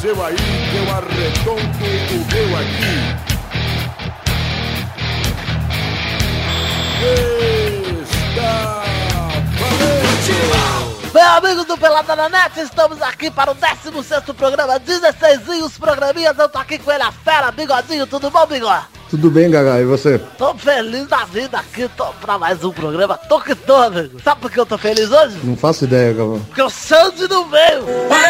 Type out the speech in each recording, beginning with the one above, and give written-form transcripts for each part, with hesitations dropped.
seu aí, que eu arredondo o meu aqui. Está valente! Bem, amigos do Pelada na Net, estamos aqui para o 16º programa, 16 programinhas. Eu tô aqui com ele, a fera, Bigodinho. Tudo bom, Bigode? Tudo bem, Gaga, e você? Tô feliz da vida aqui, tô pra mais um programa. Tô que tô, amigo. Sabe por que eu tô feliz hoje? Não faço ideia, Gavão. Porque o Sandy não veio.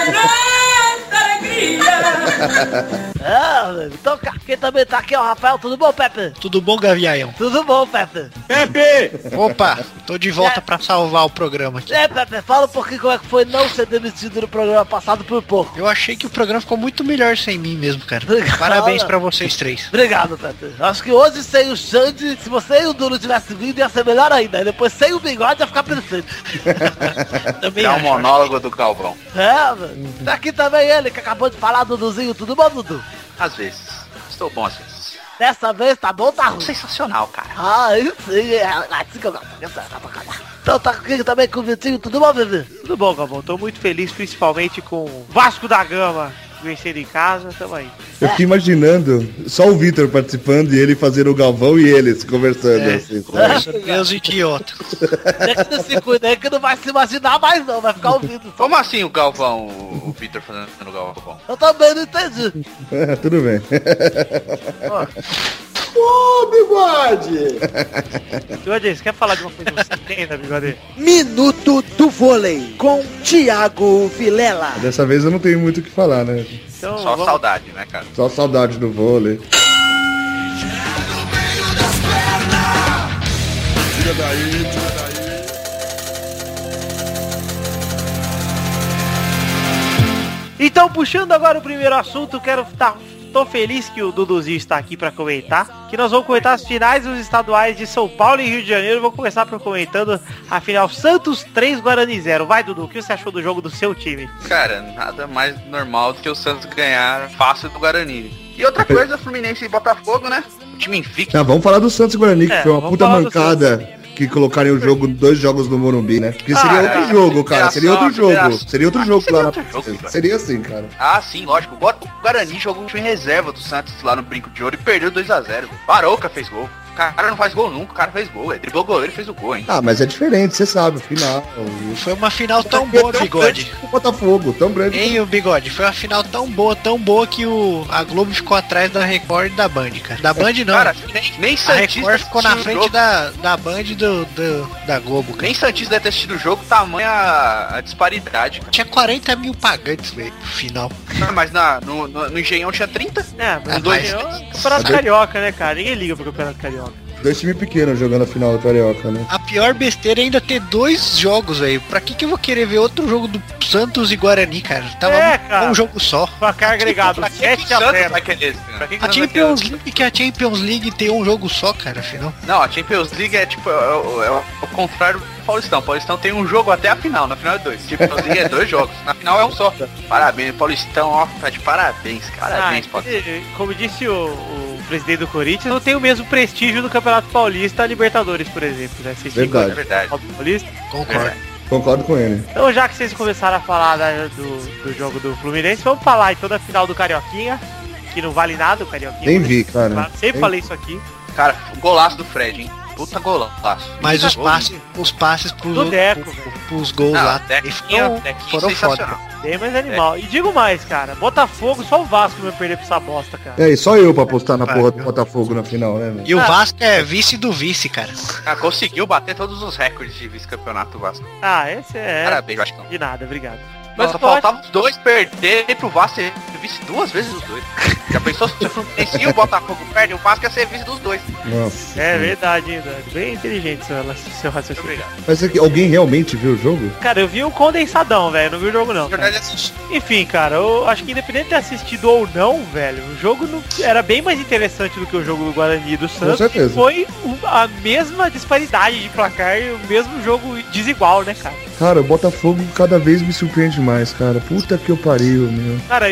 Amigo. Então quem também tá aqui é o Rafael. Tudo bom, Pepe? Tudo bom, Gavião? Tudo bom, Pepe? Pepe! Opa, tô de volta pra salvar o programa aqui. Pepe, fala um pouquinho como é que foi não ser demitido no programa passado por pouco. Eu achei que o programa ficou muito melhor sem mim mesmo, cara. Obrigado. Parabéns pra vocês três. Obrigado, Pepe. Acho que hoje sem o Xande, se você e o Duro tivesse vindo, ia ser melhor ainda. E depois sem o Bigode ia ficar perfeito. É um monólogo do Galvão. Mano. Tá aqui também ele, que acabou de falar, Duduzinho. Tudo bom, Dudu? Às vezes. Estou bom às vezes. Dessa vez tá bom, tá ruim? Sensacional, cara. Ah, isso sim. É assim que eu gosto. Então tá aqui também com o Vitinho. Tudo bom, bebê? Tudo bom, Galvão. Tô muito feliz, principalmente com o Vasco da Gama vencendo em casa. Tamo aí. Eu fiquei imaginando só o Vitor participando e ele fazendo o Galvão e eles conversando. Assim, Meus idiotas. É que não se cuida, é que não vai se imaginar mais não, vai ficar ouvindo. Como assim o Galvão, o Vitor fazendo o Galvão? Eu também não entendi. Tudo bem. Ô, Bigode! Bigode, você quer falar de uma coisa que você entenda, Bigode? Minuto do vôlei com Thiago Vilela. Dessa vez eu não tenho muito o que falar, né? Então, Só saudade, né, cara? Só saudade do vôlei. Tira daí, tira daí. Então, puxando agora o primeiro assunto, tô feliz que o Duduzinho está aqui para comentar, que nós vamos comentar as finais dos estaduais de São Paulo e Rio de Janeiro. Vou começar por comentando a final Santos 3, Guarani 0. Vai, Dudu, o que você achou do jogo do seu time? Cara, nada mais normal do que o Santos ganhar fácil do Guarani. E outra coisa, Fluminense e Botafogo, né? O time invicto. Vamos falar do Santos e Guarani, que foi uma vamos puta falar do mancada. Que colocarem o jogo, 2 jogos no Morumbi, né? Porque seria outro jogo, cara. Seria outro jogo. Seria outro jogo lá na... Seria assim, cara. Ah, sim, lógico. O Guarani jogou um time reserva do Santos lá no Brinco de Ouro e perdeu 2-0. Baroca fez gol. O cara não faz gol nunca, o cara fez gol. Ele driblou o goleiro e fez o gol, hein? Ah, mas é diferente, você sabe, final. Foi uma final tão boa, Bigode. O Botafogo, tão grande. Hein, o Bigode? Foi uma final tão boa que a Globo ficou atrás da Record e da Band, cara. Da Band não. Cara, nem a Record ficou na frente da Band da Globo, cara. Nem Santista deve ter assistido o jogo, tamanha a disparidade, cara. Tinha 40 mil pagantes, velho, no final. Não, mas no Engenhão tinha 30. Mas Campeonato Carioca, né, cara? Ninguém liga pro Campeonato Carioca. 2 times pequenos jogando a final do Carioca, né? A pior besteira é ainda ter 2 jogos, velho. Pra que eu vou querer ver outro jogo do Santos e Guarani, cara? Tava cara. Um jogo só. Placar agregado, 7-0. A Champions League, que a Champions League tem um jogo só, cara, afinal. Não, a Champions League é tipo, é o contrário do Paulistão. Paulistão tem um jogo até a final, na final é 2. Champions League é 2 jogos, na final é um só. Parabéns, Paulistão, ó, tá de parabéns, parabéns, como disse o presidente do Corinthians, não tem o mesmo prestígio do Campeonato Paulista a Libertadores, por exemplo, né? Verdade. É verdade. Paulista. Concordo. Concordo com ele. Então, já que vocês começaram a falar do jogo do Fluminense, vamos falar então da final do Carioquinha, que não vale nada o Carioquinha. Nem vi, cara. Sempre falei isso aqui. Cara, golaço do Fred, hein? Puta golaço. Mas os passes pros gols lá foram foda. Bem mais animal. E digo mais, cara, Botafogo, só o Vasco vai perder pra essa bosta, cara. E só eu pra apostar na porra do Botafogo na final, né, velho? E o Vasco é vice do vice, cara. Conseguiu bater todos os recordes de vice-campeonato do Vasco. Esse é... Parabéns, Vasco. De nada, obrigado. Mas só faltava os 2 perderem pro Vasco ser vice 2 vezes os 2. Já pensou se o Fluminense e o Botafogo perde, o Vasco ia ser vice dos 2. Nossa. É verdade, ainda. Bem inteligente seu raciocínio. Obrigado. Mas é que alguém realmente viu o jogo? Cara, eu vi o condensadão, velho. Não vi o jogo, não. Enfim, cara, eu acho que independente de ter assistido ou não, velho, o jogo não... era bem mais interessante do que o jogo do Guarani e do Santos. Com certeza. E foi a mesma disparidade de placar e o mesmo jogo desigual, né, cara? Cara, o Botafogo cada vez me surpreende mais, cara. Puta que eu pariu, meu. Cara, e tem gente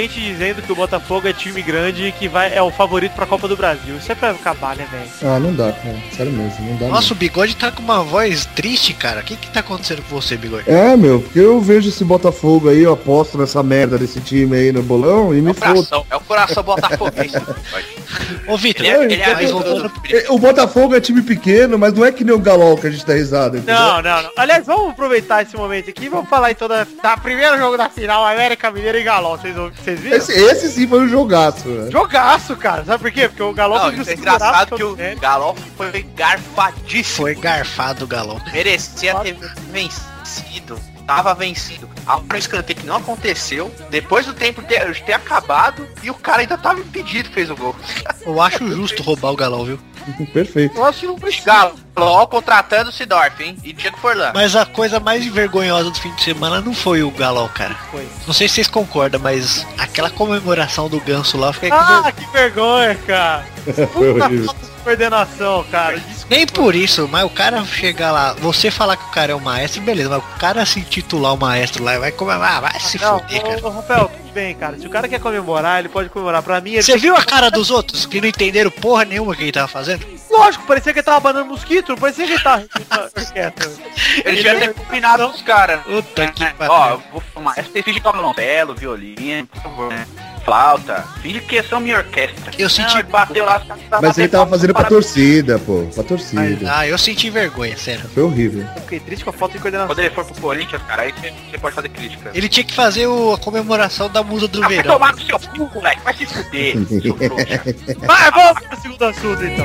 gente dizendo que o Botafogo é time grande e que é o favorito pra Copa do Brasil. Isso é pra acabar, né, velho? Ah, não dá, cara. Sério mesmo, não dá. Nossa, o Bigode tá com uma voz triste, cara. O que tá acontecendo com você, Bigode? É, meu, porque eu vejo esse Botafogo aí, eu aposto nessa merda desse time aí no bolão e me foda. É o coração botafoguense. Ô, Vitor, O Botafogo é time pequeno, mas não é que nem o Galol que a gente dá risada. Entendeu? Não. Aliás, vamos aproveitar esse momento aqui e vamos falar então da primeiro jogo da final, América Mineiro e Galol. Vocês viram? Esse sim foi um jogaço, né? Jogaço, cara. Sabe por quê? Porque o Galol é engraçado que o Galol foi garfadíssimo. Foi garfado o Galol. Merecia ter vencido. Tava vencido. Há um escanteio que não aconteceu. Depois do tempo ter acabado. E o cara ainda tava impedido, fez o gol. Eu acho justo roubar o Galol, viu? Perfeito. Eu acho que não precisa. Galol contratando o Sidorf, hein? E Diego Forlan. Mas a coisa mais vergonhosa do fim de semana não foi o Galol, cara. Foi. Não sei se vocês concordam, mas aquela comemoração do Ganso lá... Que vergonha, cara. Puta falta de coordenação, cara. Nem por isso, mas o cara chegar lá, você falar que o cara é o maestro, beleza, mas o cara se intitular o maestro lá, vai comemorar, vai se fuder, cara. Rafael, tudo bem, cara. Se o cara quer comemorar, ele pode comemorar. Pra mim, você viu a cara dos outros que não entenderam porra nenhuma que ele tava fazendo? Lógico, parecia que ele tava abanando mosquito, não parecia que ele tava quieto. Ele já tem combinado com os caras. Puta que pariu. Ó, vou fumar. Você finge violoncelo, violino, por favor, né? Flauta, finge que são minha orquestra. Eu senti... bateu lá, mas ele tava fazendo pra torcida, pô. Pra torcida. Eu senti vergonha, sério. Foi horrível. Eu fiquei triste com a falta de coordenação. Quando ele for pro Corinthians, cara, aí você pode fazer crítica. Ele tinha que fazer a comemoração da musa do verão. Vai tomar no seu cu, moleque. Vai se fuder. Vai, vamos pro segundo assunto, então.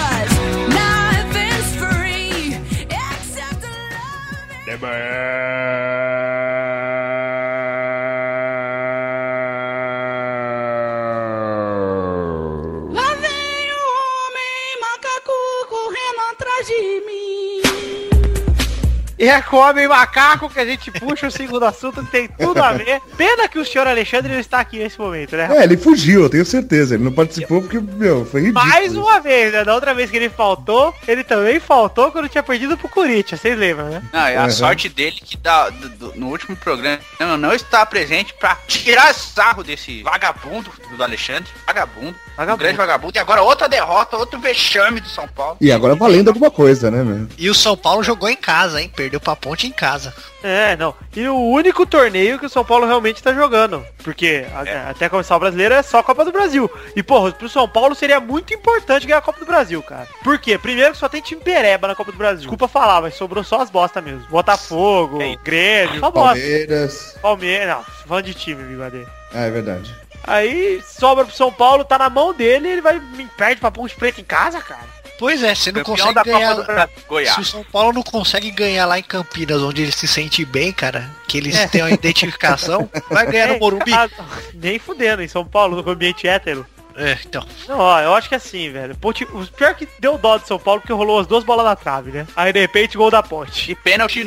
E é com o Homem Macaco que a gente puxa o segundo assunto, que tem tudo a ver. Pena que o senhor Alexandre não está aqui nesse momento, né? É, ele fugiu, eu tenho certeza. Ele não participou porque, foi ridículo. Mais uma vez, né? Da outra vez que ele faltou, ele também faltou quando tinha perdido pro Corinthians, vocês lembram, né? Não, é a sorte dele que no último programa não está presente pra tirar sarro desse vagabundo do Alexandre. Vagabundo. Um grande vagabundo. E agora outra derrota, outro vexame do São Paulo. E agora valendo alguma coisa, né, meu? E o São Paulo jogou em casa, hein? Perdeu pra Ponte em casa. Não. E o único torneio que o São Paulo realmente tá jogando. Porque até começar o brasileiro é só a Copa do Brasil. E, porra, pro São Paulo seria muito importante ganhar a Copa do Brasil, cara. Por quê? Primeiro que só tem time pereba na Copa do Brasil. Desculpa falar, mas sobrou só as bosta mesmo. Botafogo, Grêmio, só bosta. Palmeiras. Não, falando de time, Bigode. É verdade. Aí sobra pro São Paulo, tá na mão dele, ele perde pra Ponte Preta em casa, cara. Pois é, você não consegue ganhar. Se o São Paulo não consegue ganhar lá em Campinas, onde ele se sente bem, cara, que eles têm uma identificação, vai ganhar no Morumbi. Nem fudendo, em São Paulo, no ambiente hétero. Então. Não, ó, eu acho que é assim, velho. Ponte, o pior que deu dó de São Paulo, porque rolou as duas bolas na trave, né? Aí de repente gol da Ponte. E pênalti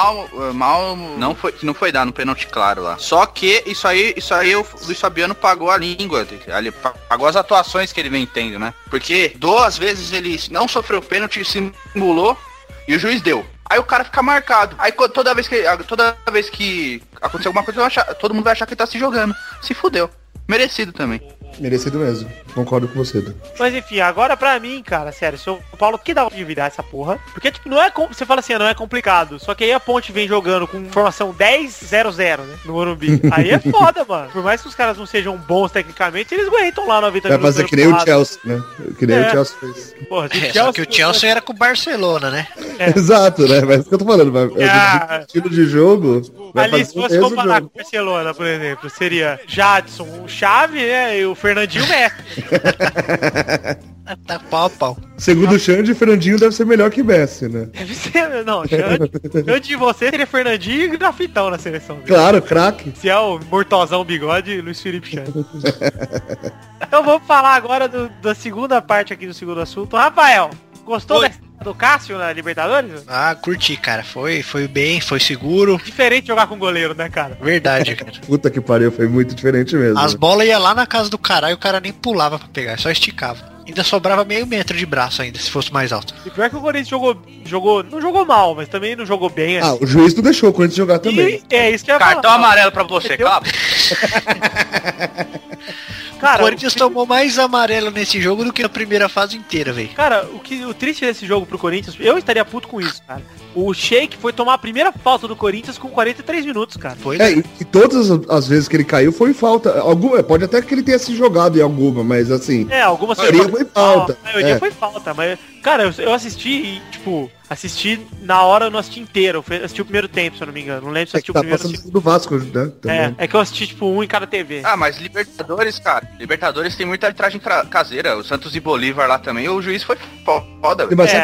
não foi dado no pênalti claro lá. Só que isso aí o Luiz Fabiano pagou a língua. Ele pagou as atuações que ele vem tendo, né? Porque 2 vezes ele não sofreu pênalti, simulou e o juiz deu. Aí o cara fica marcado. Aí toda vez que acontecer alguma coisa, todo mundo vai achar que ele tá se jogando. Se fudeu. Merecido também. Merecido mesmo. Concordo com você, Du. Mas enfim, agora pra mim, cara, sério, São Paulo que dá de virar essa porra. Porque, tipo, não é você fala assim, não é complicado. Só que aí a Ponte vem jogando com formação 10-0-0, né? No Morumbi. Aí é foda, mano. Por mais que os caras não sejam bons tecnicamente, eles aguentam lá 90 minutos. Vai fazer que nem o Chelsea, né? Que nem o Chelsea fez. Porra, só que o Chelsea era com o Barcelona, né? Exato, né? Mas é isso que eu tô falando. O estilo de jogo... Ali, se fosse comparar com o Barcelona, por exemplo, seria Jadson, o Xavi, né? E o Fernandinho Messi. Tá pau a pau. Segundo o Xande, Fernandinho deve ser melhor que Messi, né? Deve ser, não. Xande de você seria Fernandinho e Grafitão na seleção. Viu? Claro, craque. Se é o Mortozão Bigode, Luiz Felipe Xande. Então vamos falar agora da segunda parte aqui do segundo assunto. Rafael, gostou do Cássio na Libertadores? Ah, curti, cara. Foi bem, foi seguro. Diferente jogar com goleiro, né, cara? Verdade, cara. Puta que pariu, foi muito diferente mesmo. As bolas iam lá na casa do caralho e o cara nem pulava pra pegar, só esticava. Ainda sobrava meio metro de braço ainda, se fosse mais alto. E pior que o Corinthians não jogou mal, mas também não jogou bem. Ah, o juiz não deixou o Corinthians jogar também. E é isso que eu ia Cartão falar. amarelo pra você, cala. Cara, o Corinthians tomou mais amarelo nesse jogo do que a primeira fase inteira, velho. Cara, o triste desse jogo pro Corinthians, eu estaria puto com isso, cara. O Sheik foi tomar a primeira falta do Corinthians com 43 minutos, cara. Foi, e todas as vezes que ele caiu foi falta. Pode até que ele tenha se jogado em alguma, mas assim... Algumas a maioria foi falta. A maioria foi falta, mas... Cara, eu assisti e, tipo... Assisti na hora, eu não assisti inteiro. Eu assisti o primeiro tempo, se eu não me engano. Não lembro se assisti o primeiro. Passando do Vasco, né? É que eu assisti, tipo, um em cada TV. Ah, mas Libertadores, cara. Libertadores tem muita arbitragem caseira. O Santos e Bolívar lá também. O juiz foi foda, velho. Mas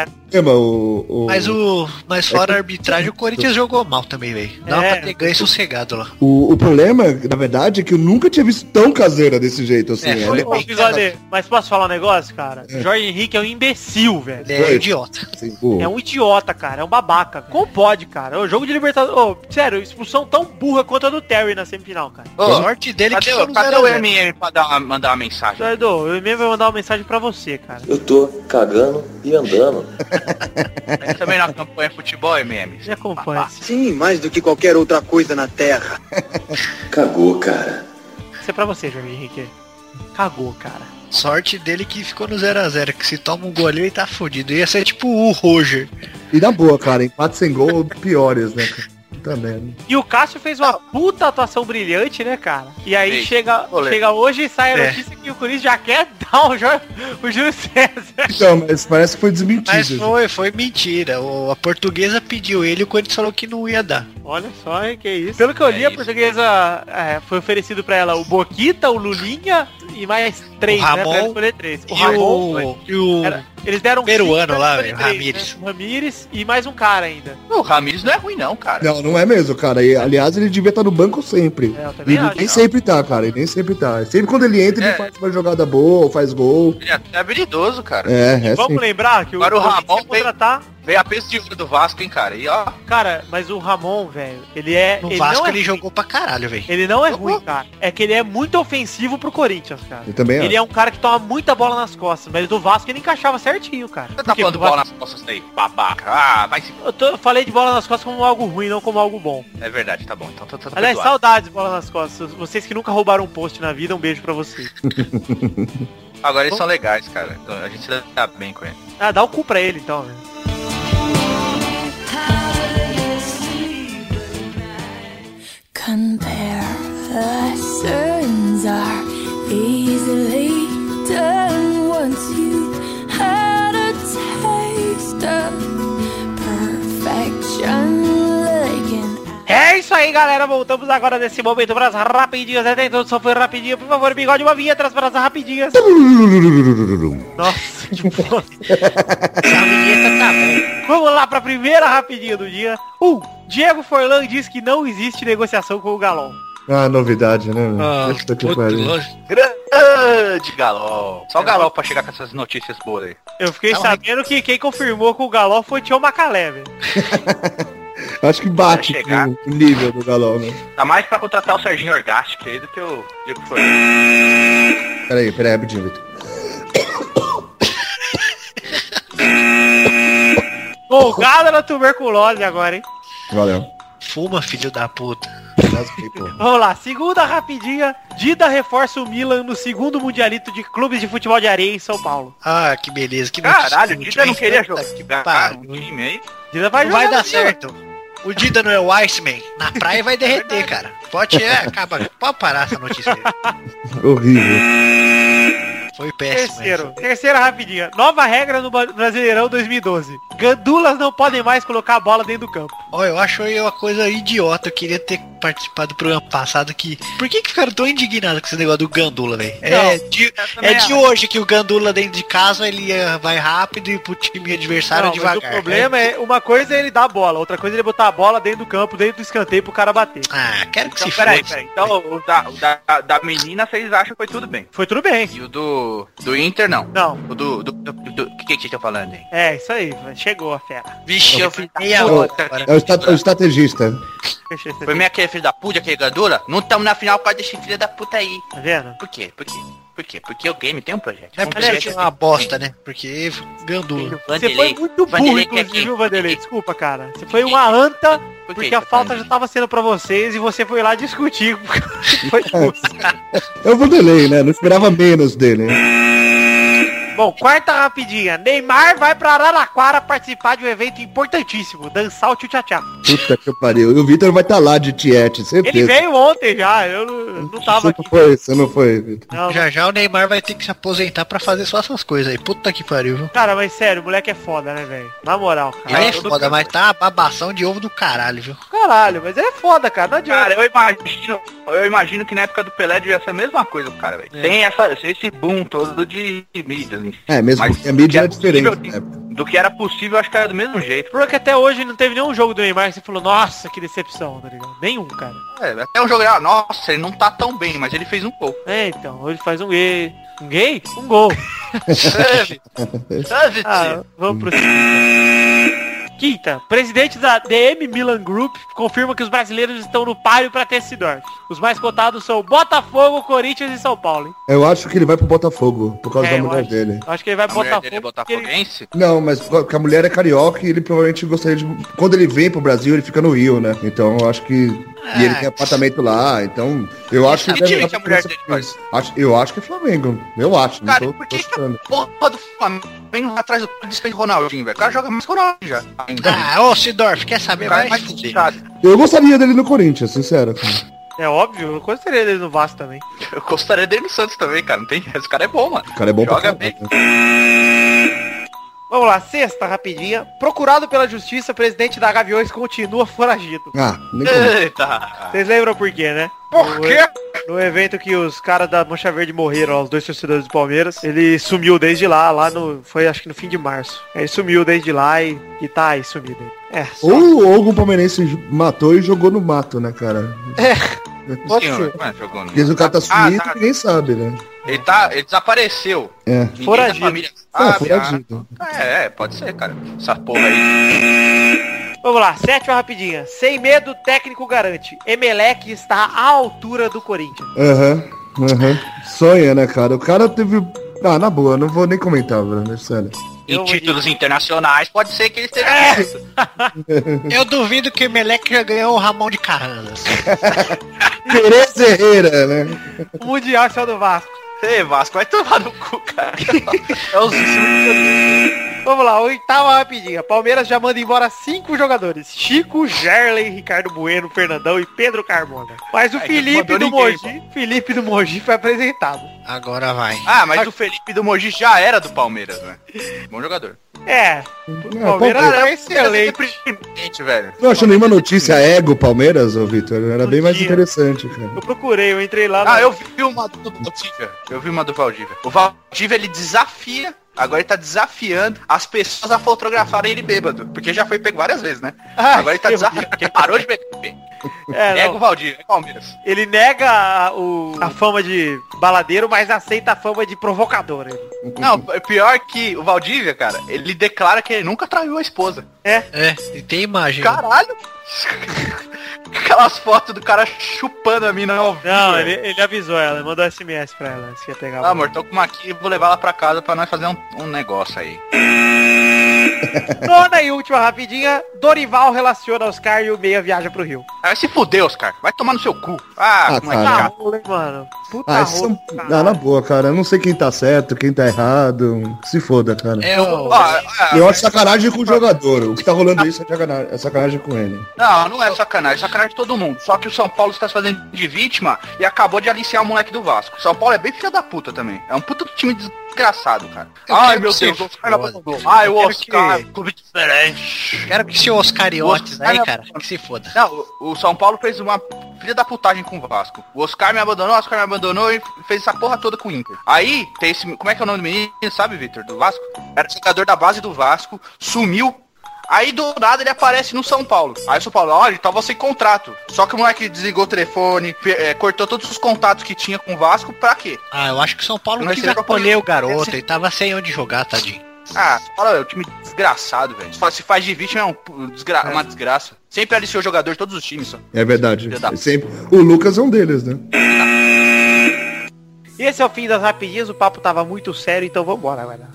Mas fora a arbitragem, o Corinthians jogou mal também, velho. Dá pra ter ganho sossegado lá. O problema, na verdade, é que eu nunca tinha visto tão caseira desse jeito, assim. Mas posso falar um negócio, cara? Jorge Henrique é um imbecil, velho. É idiota. É um idiota, cara. É um babaca. Como pode, cara? O jogo de Libertadores... sério, expulsão tão burra quanto a do Terry na semifinal, cara. Sorte dele que cadê o MM pra mandar uma mensagem? Edu, o MM vai mandar uma mensagem pra você, cara. Eu tô cagando e andando. Ele também não acompanha futebol, MM? Você acompanha. Sim, mais do que qualquer outra coisa na Terra. Cagou, cara. Isso é pra você, Jorge Henrique. Cagou, cara. Sorte dele que ficou no 0x0, que se toma um gol ali, ele tá fudido. Ia ser tipo o Roger. E na boa, cara, empate sem gol, piores, né? Também. E o Cássio fez uma puta atuação brilhante, né, cara? E aí chega hoje e sai a notícia que o Corinthians já quer dar o Júlio César. Então, mas parece que foi desmentido. Mas foi mentira. A Portuguesa pediu ele e o Corinthians falou que não ia dar. Olha só, que isso. Pelo que eu li, a Portuguesa foi oferecido pra ela o Boquita, o Lulinha e mais 3, né? Pra ela escolher 3. O Ramon e o eles deram peruano lá, velho, Ramírez. Né? O Ramírez e mais um cara ainda. O Ramírez não é ruim não, cara. Não é mesmo, cara. E, aliás, ele devia estar no banco sempre. Ele nem sempre tá, cara. Ele nem sempre tá. Sempre quando ele entra, ele faz uma jogada boa, faz gol. Ele é até habilidoso, cara. Vamos lembrar que agora o Ramon contratar... Veio a peso de ouro do Vasco, hein, cara. E ó. Cara, mas o Ramon, velho, ele é... No Vasco ele jogou pra caralho, velho. Ele não é ruim, cara. É que ele é muito ofensivo pro Corinthians, cara. Ele é um cara que toma muita bola nas costas, mas do Vasco ele encaixava certinho, cara. Você tá falando bola nas costas aí, babaca. Vai se... Eu falei de bola nas costas como algo ruim, não como algo bom. É verdade, tá bom. Então tá aliás, saudades de bola nas costas. Vocês que nunca roubaram um post na vida, um beijo pra vocês. Agora eles são legais, cara. Então, a gente tá bem com eles. Dá o cu pra ele, então, velho. Comparisons are easily done once you had a taste of perfection. É isso aí, galera. Voltamos agora nesse momento para as rapidinhas. Até então só foi rapidinho. Por favor, bigode, uma vinheta para as rapidinhas. Nossa, que foda. Essa vinheta tá bom. Vamos lá para a primeira rapidinha do dia. Diego Forlan diz que não existe negociação com o Galol. Novidade, né? Grande Galol. Só o Galol pra chegar com essas notícias boas aí. Eu fiquei sabendo que quem confirmou com o Galol foi o Tio Macalé, velho. Acho que bate o nível do Galol, né? Tá mais pra contratar o Serginho Orgastic aí do que o Diego Forlan. Peraí, rapidinho, Vitor. Folgada na tuberculose agora, hein? Valeu. Fuma, filho da puta. Vamos lá, segunda rapidinha. Dida reforça o Milan no segundo mundialito de clubes de futebol de areia em São Paulo. Ah, que beleza. Que caralho, o Dida não queria jogar no time aí. Dida vai dar certo. O Dida não é o Iceman. Na praia vai derreter, cara. Pode parar essa notícia aí. Horrível. Foi péssimo. Terceira rapidinha. Nova regra no Brasileirão 2012. Gandulas não podem mais colocar a bola dentro do campo. Eu acho uma coisa idiota. Eu queria ter participado do programa passado que... Por que ficaram tão indignados com esse negócio do Gandula, velho? É de hoje que o Gandula dentro de casa, ele vai rápido e pro time adversário devagar. Mas o problema é, uma coisa é ele dar a bola, outra coisa é ele botar a bola dentro do campo, dentro do escanteio pro cara bater. Quero que então, se foda. Peraí. Então o da menina vocês acham que foi tudo bem? Foi tudo bem. E o do Inter, não? Não. O do que vocês estão falando aí? É, isso aí. Chegou a fera. Vixe, eu fiquei É o estrategista. Foi minha aquele filho da puta, aquele Gandula? Não estamos na final por causa desse filho da puta aí. Tá vendo? Por quê? Por quê? Porque o game tem um projeto. É porque é uma bosta, né? Porque gandula. Você foi muito burro, inclusive, viu, Vanderlei? Desculpa, cara. Você foi uma anta, porque a falta já tava sendo pra vocês e você foi lá discutir. Foi expulso. É o Vanderlei, né? Não esperava menos dele. Bom, quarta rapidinha. Neymar vai pra Araraquara participar de um evento importantíssimo. Dançar o tchutchá. Puta que pariu. E o Vitor vai estar lá de Tiete, certeza. Ele veio ontem já, eu não tava aqui. Você não foi, Vitor. Já o Neymar vai ter que se aposentar pra fazer só essas coisas aí. Puta que pariu, viu? Cara, mas sério, o moleque é foda, né, velho? Na moral, cara. Ele é foda, mas tá uma babação de ovo do caralho, viu? Caralho, mas ele é foda, cara. Não adianta. Cara, eu imagino que na época do Pelé devia ser a mesma coisa, cara, velho. Tem esse boom todo de mídia, assim. Mesmo porque a mídia é diferente. Do que era possível, acho que era do mesmo jeito. Porque até hoje não teve nenhum jogo do Neymar que você falou, nossa, que decepção, tá ligado? Nenhum, cara. Até um jogo, nossa, ele não tá tão bem, mas ele fez um gol. Então, ele faz um gay. Um gay? Um gol. Vamos pro seguinte. Quinta, presidente da DM Milan Group confirma que os brasileiros estão no páreo pra Terce Norte. Os mais cotados são Botafogo, Corinthians e São Paulo, hein? Eu acho que ele vai pro Botafogo, por causa da mulher dele. Acho que ele vai pro Botafogo. Ele é botafoguense? Não, mas porque a mulher é carioca e ele provavelmente gostaria de... Quando ele vem pro Brasil, ele fica no Rio, né? Então eu acho que... E ele tem apartamento lá, então... Eu acho que... Que a mulher dele faz? Eu acho que é Flamengo. Eu acho, cara, não tô por que gostando. Porra do Flamengo vem lá atrás do despeito Ronaldinho, velho? O cara joga mais que o Ronaldinho já. Ô Sidorf, quer saber? Vai mais fuder. Eu gostaria dele no Corinthians, sincero. É óbvio, eu gostaria dele no Vasco também. Eu gostaria dele no Santos também, cara. Não tem... Esse cara é bom, mano. O cara é bom joga pra bem. Vamos lá, sexta, rapidinha. Procurado pela justiça, presidente da Gaviões continua foragido. Eita. Vocês lembram por quê, né? Por quê? No evento que os caras da Mancha Verde morreram, os dois torcedores do Palmeiras, ele sumiu desde lá foi acho que no fim de março. Ele sumiu desde lá e tá aí sumido. Ou algum palmeirense matou e jogou no mato, né, cara? Pode ser. Porque o cara tá sumido, ninguém sabe, né? Ele desapareceu. Foragido. Foragido. Pode ser, cara. Essa porra aí. Vamos lá, sétima rapidinha. Sem medo, técnico garante. Emelec está à altura do Corinthians. Sonha, né, cara? O cara teve... na boa, não vou nem comentar, velho, sério. Em títulos internacionais, pode ser que ele esteja Eu duvido que o Emelec já ganhou o Ramon de Carranzas. Tereza Herrera, né? O Mundial só do Vasco. Ei, Vasco, vai tomar no cu, cara. É os Vamos lá, oitava rapidinha. Palmeiras já manda embora 5 jogadores. Chico, Gerley, Ricardo Bueno, Fernandão e Pedro Carmona. Mas o Felipe do Mogi foi apresentado. Agora vai. Mas o Felipe do Mogi já era do Palmeiras, né? Bom jogador. O Palmeiras é excelente. Velho. Não achou nenhuma notícia ego Palmeiras, ô Vitor? Era bem mais interessante, cara. Eu procurei, eu entrei lá. Eu vi uma do Valdívia. O Valdívia, ele desafia. Agora ele tá desafiando as pessoas a fotografarem ele bêbado. Porque já foi pego várias vezes, né? Agora ele tá desafiando. Porque parou de beber. Nega o Valdívia, é Palmeiras. Ele nega a fama de baladeiro, mas aceita a fama de provocador. Não, pior que o Valdívia, cara, ele declara que ele nunca traiu a esposa. E tem imagem. Caralho! Aquelas fotos do cara chupando a mina ao vivo. Não, ele avisou ela, mandou SMS pra ela, se ia pegar. Amor, tô com uma aqui, vou levar ela pra casa pra nós fazer um negócio aí. Nona e última rapidinha, Dorival relaciona Oscar e o Meia viaja pro Rio. Vai se fuder, Oscar. Vai tomar no seu cu. Como é que tá rola, mano. Puta rola. Na boa, cara. Eu não sei quem tá certo, quem tá errado. Se foda, cara. Eu acho sacanagem com o jogador. O que tá rolando isso é sacanagem com ele. Não é sacanagem. Sacanagem de todo mundo. Só que o São Paulo está se fazendo de vítima e acabou de aliciar o moleque do Vasco. São Paulo é bem filha da puta também. É um puta time desgraçado, cara. Ai, meu Deus. O Oscar, clube diferente. Quero que se Oscariotes aí, cara, que se foda. Não, o São Paulo fez uma filha da putagem com o Vasco. O Oscar me abandonou e fez essa porra toda com o Inter. Aí, tem esse... Como é que é o nome do menino, sabe, Vitor? Do Vasco? Era jogador da base do Vasco, sumiu. Aí do nada ele aparece no São Paulo. Aí o São Paulo, olha, ele tava sem contrato. Só que o moleque desligou o telefone, cortou todos os contatos que tinha com o Vasco, pra quê? Eu acho que o São Paulo não quis acolher o garoto, ele tava sem onde jogar, tadinho. Fala, é um time desgraçado, velho. Se faz de vítima é uma desgraça. Sempre aliciou jogador de todos os times, só. É verdade. Sempre. O Lucas é um deles, né? Esse é o fim das rapidinhas, o papo tava muito sério, então vambora, galera.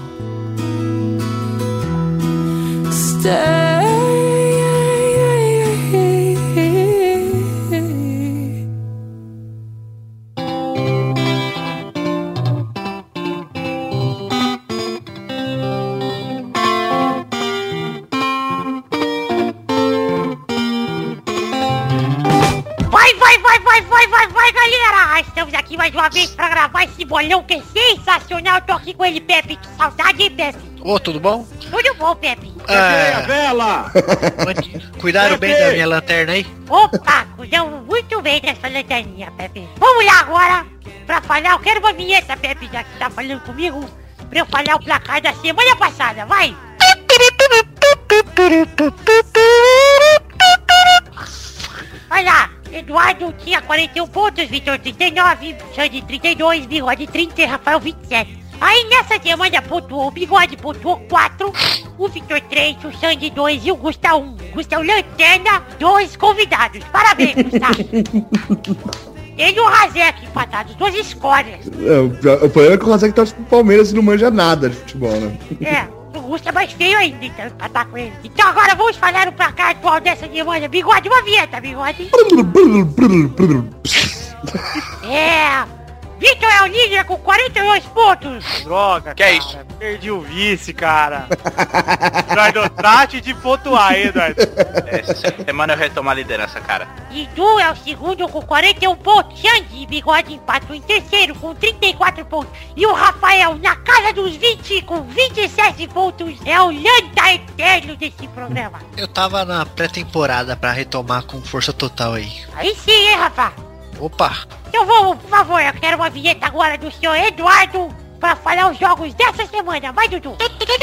Vai, galera! Estamos aqui mais uma vez pra gravar esse bolão que é sensacional. Eu tô aqui com ele, Pepe. Que saudade, hein, Pepe? Ô, tudo bom? Tudo bom, Pepe? A vela! Cuidaram bem da minha lanterna aí? Opa, cuidamos muito bem dessa lanterninha, Pepe. Vamos lá agora pra falar. Eu quero uma vinheta, Pepe, já que tá falando comigo, pra eu falar o placar da semana passada. Vai! Vai lá! Eduardo tinha 41 pontos, Vitor 39, Xande 32, Bigode 30 e Rafael 27. Aí nessa semana pontuou, o Bigode pontuou 4, o Vitor 3, o Xande 2 e o Gusta 1. Gusta Lanterna, 2 convidados. Parabéns, Gustavo. Tem o Razek empatado, 2 escórias. O problema é que o Razek torce pro Palmeiras e não manja nada de futebol, né? O Gusta é mais feio ainda, então empatar com ele. Então agora vamos falar o placar atual dessa semana. Bigode, uma vinheta, Bigode. Vitor é o líder com 42 pontos. Droga, que cara, é isso? Perdi o vice, cara. Eduardo, trate de pontuar, hein, Eduardo. Essa semana eu retomo a liderança, cara. E tu é o segundo com 41 pontos. Xande e Bigode empatam em terceiro com 34 pontos. E o Rafael, na casa dos 20, com 27 pontos, é o lanta eterno desse programa. Eu tava na pré-temporada pra retomar com força total aí. Aí sim, hein, Rafa? Opa! Então vamos, por favor, eu quero uma vinheta agora do senhor Eduardo pra falar os jogos dessa semana. Vai, Dudu!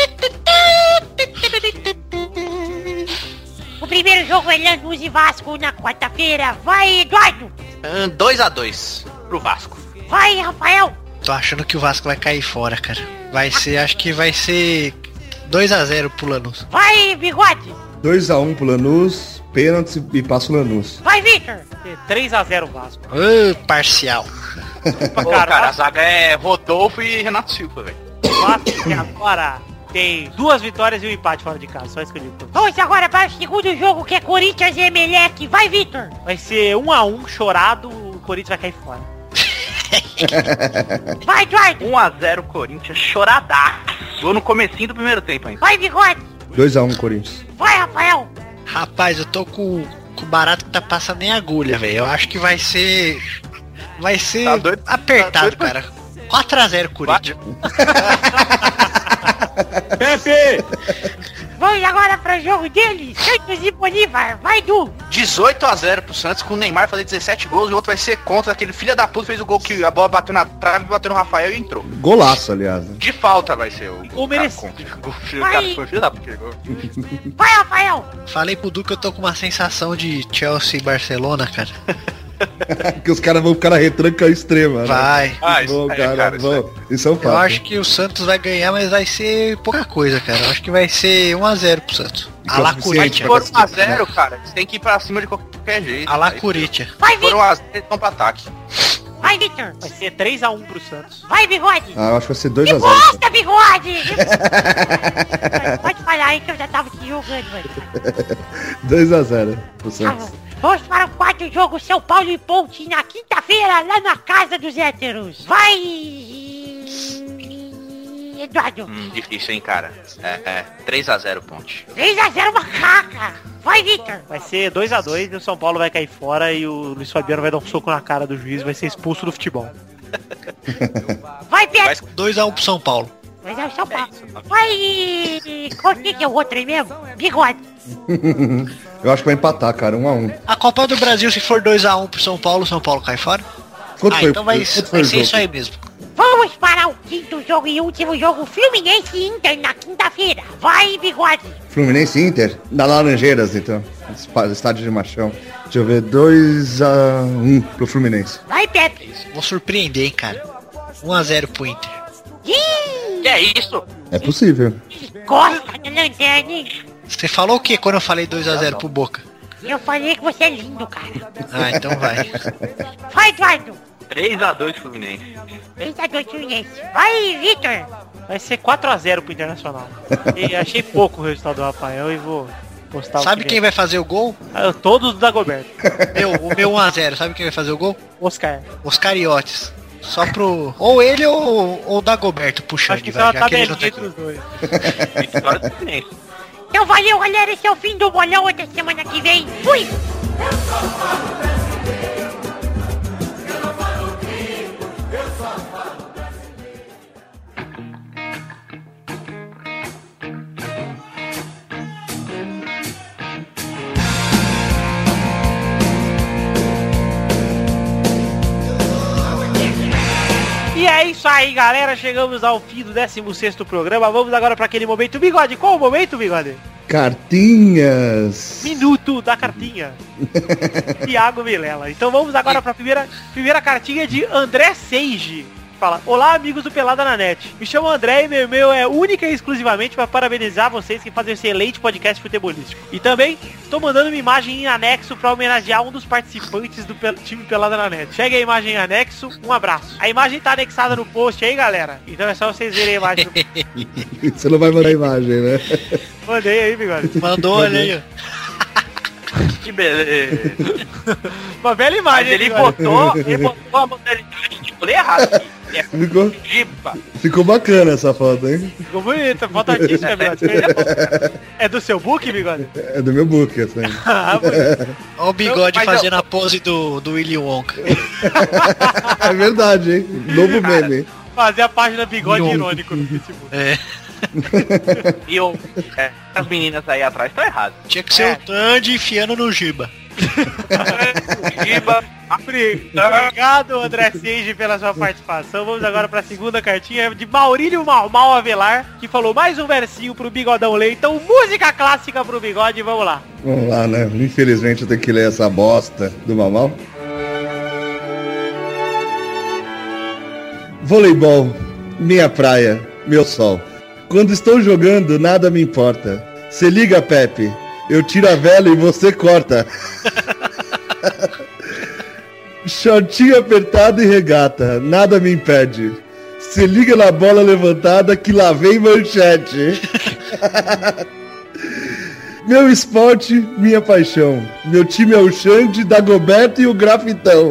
O primeiro jogo é Lanús e Vasco na quarta-feira. Vai, Eduardo! 2-2 pro Vasco. Vai, Rafael! Tô achando que o Vasco vai cair fora, cara. Vai ser, acho que vai ser 2-0 pro Lanús. Vai, Bigode! 2-1 pro Lanús, pênalti e passa o Lanús. Vai, Victor! 3-0 Vasco. Parcial. Pô, cara, a zaga é Rodolfo e Renato Silva, velho. Vasco que agora tem 2 vitórias e um empate fora de casa, só isso que eu digo. Vamos agora para o segundo jogo, que é Corinthians e Emelec. Vai, Victor! Vai ser 1-1, chorado, o Corinthians vai cair fora. Vai, Eduardo! 1-0 Corinthians, choradaço. Gol no comecinho do primeiro tempo ainda. Vai, Bigode! 2-1 Corinthians. Vai, Rafael! Rapaz, eu tô com barato que tá passando nem agulha, velho. Eu acho que vai ser... Vai ser tá doido, apertado, tá cara. 4-0 Corinthians. Pepe! Vamos agora para o jogo deles, Santos e Bolívar. Vai, Du! 18-0 pro Santos, com o Neymar fazer 17 gols, e o outro vai ser contra aquele filho da puta, fez o gol que a bola bateu na trave, bateu no Rafael e entrou. Golaço, aliás. Né? De falta vai ser o Ou merecido. Filho da puta. Vai, Rafael! Falei pro Du que eu tô com uma sensação de Chelsea e Barcelona, cara. Que os caras vão ficar na retranca extrema, vai. Né? Vão, cara, vão. Isso é um fato. Eu acho que o Santos vai ganhar, mas vai ser pouca coisa, cara. Eu acho que vai ser 1-0 pro Santos. A La Corinthians. Se for 1-0, cara, você tem que ir pra cima de qualquer jeito. A La Corinthians. Vai, Se for 1-0, eles vão pro ataque. Vai, Victor! Vai ser 3-1 pro Santos. Vai, Bigode! Eu acho que vai ser 2-0. Bosta, Bigode! Pode falar aí que eu já tava te julgando, mano. 2-0 pro Santos. Vamos para o quarto jogo, São Paulo e Ponte, na quinta-feira, lá na casa dos héteros. Vai, Eduardo. Difícil, hein, cara. 3-0 Ponte. 3-0 Macaca. Vai, Victor. Vai ser 2-2 e o São Paulo vai cair fora e o Luiz Fabiano vai dar um soco na cara do juiz e vai ser expulso do futebol. Vai, Pedro. 2-1 pro São Paulo. 2-1 São Paulo. Vai. Qual que é o outro aí mesmo? Bigode. Eu acho que vai empatar, cara, 1-1. A Copa do Brasil, se for 2-1 pro São Paulo cai fora? Quanto foi? Então vai ser isso aí mesmo. Vamos para o quinto jogo e último jogo, Fluminense e Inter na quinta-feira. Vai, Bigode. Fluminense e Inter? Na Laranjeiras, então. Estádio de Machão. Deixa eu ver, 2-1 pro Fluminense. Vai, Pepe. Vou surpreender, hein, cara. 1-0 pro Inter. Que é isso? É possível. Gosta da lanterna, hein? Você falou o que quando eu falei 2-0 pro Boca? Eu falei que você é lindo, cara. Ah, então vai. Vai, Eduardo. 3x2 Fluminense. 3x2 Fluminense. Vai, Vitor. Vai ser 4x0 pro Internacional. E achei pouco o resultado do Rafael e vou postar. Sabe quem vai fazer o gol? Todos do Dagoberto. O meu 1x0. Sabe quem vai fazer o gol? Oscar Iotes. Só pro... Ou ele ou o Dagoberto puxando. Acho que foi uma tabelinha entre os dois. Vitória do Fluminense. Então valeu, galera. Esse é o fim do bolão. Até semana que vem. Fui! E é isso aí, galera. Chegamos ao fim do 16º programa. Vamos agora para aquele momento. Bigode, qual o momento, Bigode? Cartinhas. Minuto da cartinha. Thiago Vilela. Então vamos agora para a primeira cartinha de André Seiji. Fala: olá, amigos do Pelada na Net. Me chamo André e meu e-mail é única e exclusivamente para parabenizar vocês que fazem um excelente podcast futebolístico. E também estou mandando uma imagem em anexo para homenagear um dos participantes do time Pelada na Net. Chega a imagem em anexo, um abraço. A imagem tá anexada no post aí, galera. Então é só vocês verem a imagem. Você não vai mandar a imagem, né? Mandei aí, Bigode. Mandou, olha aí. Que beleza. Uma bela imagem. Mas ele botou a modalidade de ler errado. Ficou bacana essa foto, hein? Ficou bonita, foto artística, Bigode. É do seu book, Bigode? É do meu book, assim. Olha o Bigode fazendo a pose do Willy Wonka. É verdade, hein? Novo meme. Fazer a página Bigode irônico no Facebook. É. E as meninas aí atrás estão erradas. Tinha que ser o Tandy enfiando no Giba. Giba. Obrigado, André Seiji, pela sua participação. Vamos agora para a segunda cartinha de Maurílio Mal Avelar, que falou mais um versinho pro Bigodão ler. Então, música clássica pro Bigode, vamos lá. Vamos lá, né? Infelizmente eu tenho que ler essa bosta do Mamal. Voleibol, minha praia, meu sol. Quando estou jogando, nada me importa. Se liga, Pepe, eu tiro a vela e você corta. Shortinho apertado e regata, nada me impede. Se liga na bola levantada que lá vem manchete. Meu esporte, minha paixão. Meu time é o Xande, Dagoberto e o Grafitão.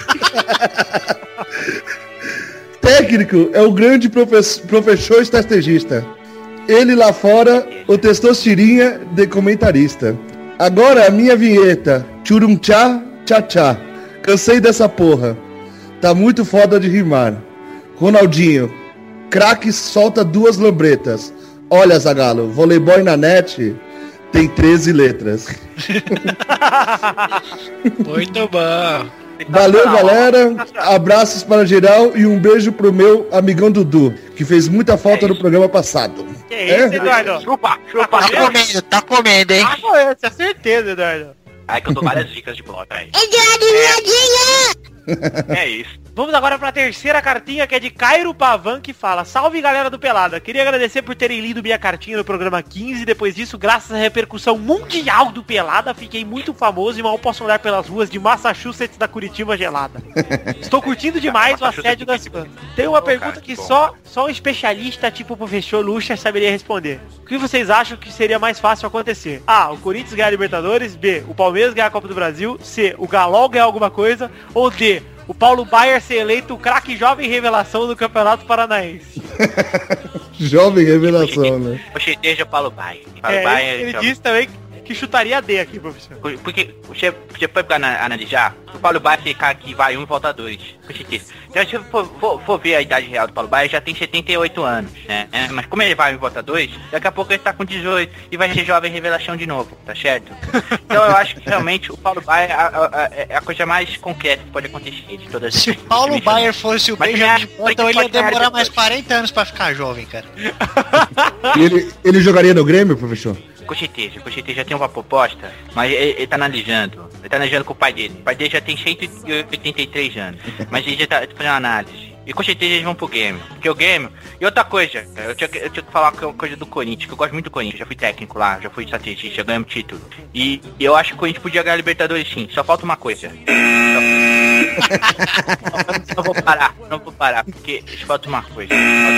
Técnico é o grande professor estrategista. Ele lá fora, o Testosterinha de comentarista. Agora a minha vinheta, churum tchá, tchá tchá. Cansei dessa porra. Tá muito foda de rimar. Ronaldinho, craque solta 2 lambretas. Olha, Zagalo, voleibol na net tem 13 letras. Muito bom. Valeu, galera. Abraços para geral e um beijo pro meu amigão Dudu, que fez muita falta no programa passado. Que isso, Eduardo? Chupa. Tá comendo, hein? Ah, foi essa, certeza, Eduardo. Aí que eu dou várias dicas de blog aí. É isso. Vamos agora para a terceira cartinha, que é de Cairo Pavan, que fala: salve, galera do Pelada, queria agradecer por terem lido minha cartinha no programa 15. Depois disso, graças à repercussão mundial do Pelada, fiquei muito famoso e mal posso andar pelas ruas de Massachusetts da Curitiba gelada. Estou curtindo demais o assédio das fãs. Tem uma pergunta que só um especialista tipo o professor Lucha saberia responder. O que vocês acham que seria mais fácil acontecer? A, o Corinthians ganhar a Libertadores. B, o Palmeiras ganhar a Copa do Brasil. C, o Galol ganhar alguma coisa. Ou D, o Paulo Baier ser eleito o craque jovem revelação do Campeonato Paranaense. Jovem revelação, né? O Cheteja Paulo Baier. Ele disse também que chutaria D aqui, professor. Porque você pode analisar, o Paulo Baier fica aqui, vai 1 e volta 2. Então, se for ver a idade real do Paulo Baier, já tem 78 anos, né? Mas como ele vai 1 e volta 2, daqui a pouco ele tá com 18 e vai ser jovem revelação de novo, tá certo? Então eu acho que realmente o Paulo Baier é a coisa mais concreta que pode acontecer de todas as. Se o Paulo Baier fosse o Benjamin Button, ele ia demorar mais 40 anos pra ficar jovem, cara. Ele jogaria no Grêmio, professor? Com certeza já tem uma proposta, mas ele tá analisando. Ele tá analisando com o pai dele. O pai dele já tem 183 anos. Mas ele já tá fazendo análise. E com certeza eles vão pro Grêmio. Porque o Grêmio... E outra coisa, eu tinha que falar uma coisa do Corinthians, que eu gosto muito do Corinthians. Já fui técnico lá, já fui estrategista, já ganhamos título. E eu acho que o Corinthians podia ganhar a Libertadores sim. Só falta uma coisa. Não vou parar, porque deixa eu falar uma coisa.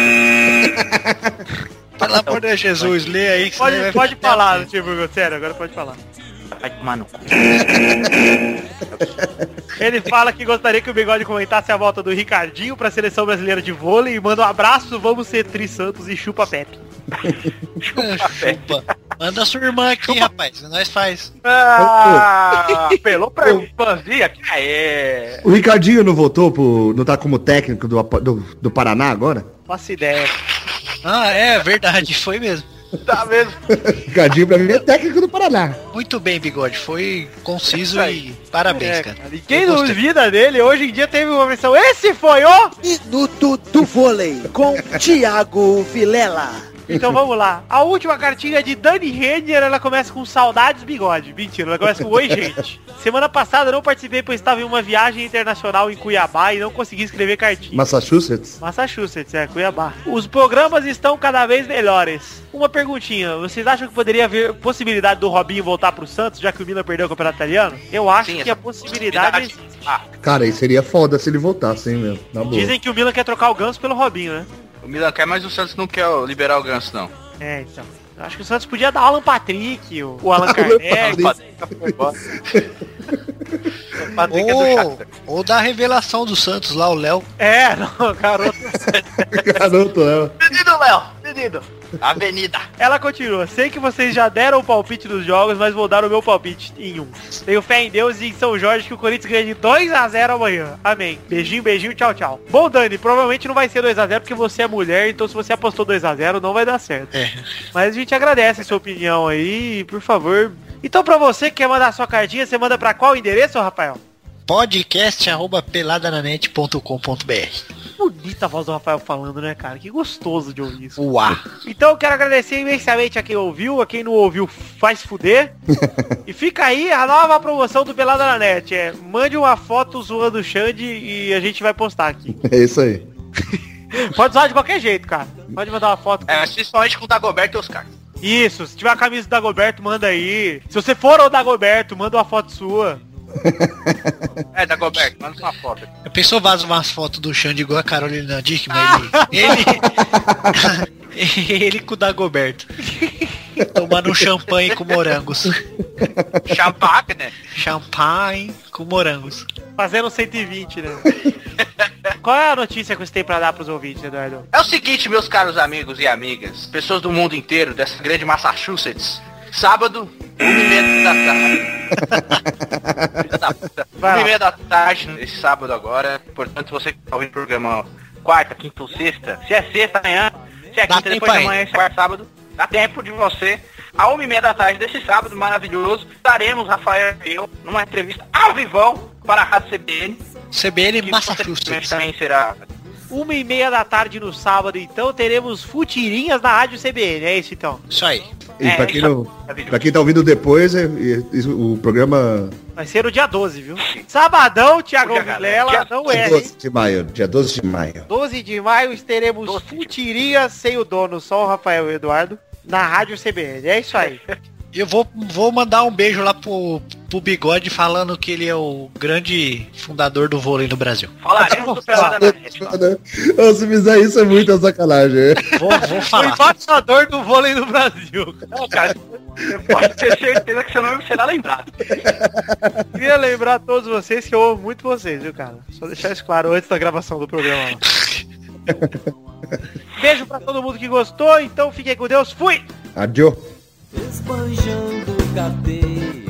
Pelo amor de Jesus, lê aí. Que Pode falar, tipo, sério, agora pode falar. Vai tomar no cu. Ele fala que gostaria que o Bigode comentasse a volta do Ricardinho pra seleção brasileira de vôlei e manda um abraço, vamos ser Tri Santos e chupa Pepe. Chupa. Manda a sua irmã aqui, rapaz. Nós faz. Apelou pra irmãzinha. É. O Ricardinho não voltou não tá como técnico do Paraná agora? Faço ideia. Ah, é verdade, foi mesmo. Tá mesmo. Ricardinho pra mim é técnico do Paraná. Muito bem, Bigode, foi conciso e parabéns, cara. E quem duvida dele, hoje em dia teve uma versão, esse foi o Minuto do Vôlei com Thiago Vilela. Então vamos lá. A última cartinha de Dani Renner, ela começa com saudades Bigode. Mentira, ela começa com oi, gente. Semana passada eu não participei pois estava em uma viagem internacional em Cuiabá e não consegui escrever cartinha. Massachusetts, Cuiabá. Os programas estão cada vez melhores. Uma perguntinha, vocês acham que poderia haver possibilidade do Robinho voltar pro Santos, já que o Milan perdeu o campeonato italiano? Eu acho que a possibilidade existe. Cara, isso seria foda se ele voltasse, hein, meu. Na boa. Dizem que o Milan quer trocar o Ganso pelo Robinho, né? O Milan quer, mas o Santos não quer liberar o Ganso, não. É, então. Eu acho que o Santos podia dar o Alan Patrick, o Allan Kardec. Ou da revelação do Santos lá, o Léo. É, não, garoto. Garoto, Léo. Menino Léo, menino. Avenida. Ela continua. Sei que vocês já deram o palpite dos jogos, mas vou dar o meu palpite em um. Tenho fé em Deus e em São Jorge que o Corinthians ganha de 2-0 amanhã. Amém. Beijinho, beijinho, tchau, tchau. Bom, Dani, provavelmente não vai ser 2-0 porque você é mulher, então se você apostou 2-0 não vai dar certo. É. Mas a gente agradece a sua opinião aí, por favor. Então pra você que quer mandar sua cartinha, você manda pra qual endereço, Rafael? podcast@peladananet.com.br. Bonita a voz do Rafael falando, né, cara? Que gostoso de ouvir isso. Uau. Então eu quero agradecer imensamente a quem ouviu, a quem não ouviu faz fuder. E fica aí a nova promoção do Pelada na Net. Mande uma foto zoando o Xande e a gente vai postar aqui. É isso aí. Pode usar de qualquer jeito, cara. Pode mandar uma foto. É, principalmente com o Dagoberto e os caras. Isso, se tiver a camisa do Dagoberto, manda aí. Se você for o Dagoberto, manda uma foto sua. É, Dagoberto, manda uma foto. A pessoa vaza umas fotos do Xande igual a Carolina Dickman. Ele com o Dagoberto. Tomando um champanhe com morangos. Champagne, né? Champanhe com morangos. Fazendo 120, né? Qual é a notícia que você tem pra dar pros ouvintes, Eduardo? É o seguinte, meus caros amigos e amigas, pessoas do mundo inteiro, dessa grande Massachusetts. Sábado, 1h30 da tarde. 1h30 da tarde, esse sábado agora. Portanto, você que tá ouvindo o programa quarta, quinta ou sexta. Se é sexta amanhã, se é quinta depois de amanhã, se é sábado. Dá tempo de você, a 1h30 da tarde desse sábado maravilhoso, estaremos, Rafael e eu, numa entrevista ao vivão para a Rádio CBN. CBN Massachusetts. Também será 1h30 da tarde no sábado, então teremos futirinhas na Rádio CBN, é isso então? Isso aí. E pra quem tá ouvindo depois, o programa... Vai ser no dia 12, viu? Sabadão, Thiago Vilela, não é. Dia 12 de maio. 12 de maio teremos futirinhas sem o dono, só o Rafael e o Eduardo, na Rádio CBN, é isso aí. Eu vou mandar um beijo lá pro Bigode falando que ele é o grande fundador do vôlei no Brasil. Falaremos do Pelada na Net. Se fizer isso é muita sacanagem. Vou falar. O embaixador do vôlei no Brasil. Não, cara, você pode ter certeza que você não será lembrado. Queria lembrar a todos vocês que eu amo muito vocês, viu, cara? Só deixar isso claro antes da gravação do programa. Beijo pra todo mundo que gostou, então fiquem com Deus. Fui! Adio. Esbanjando cabelo.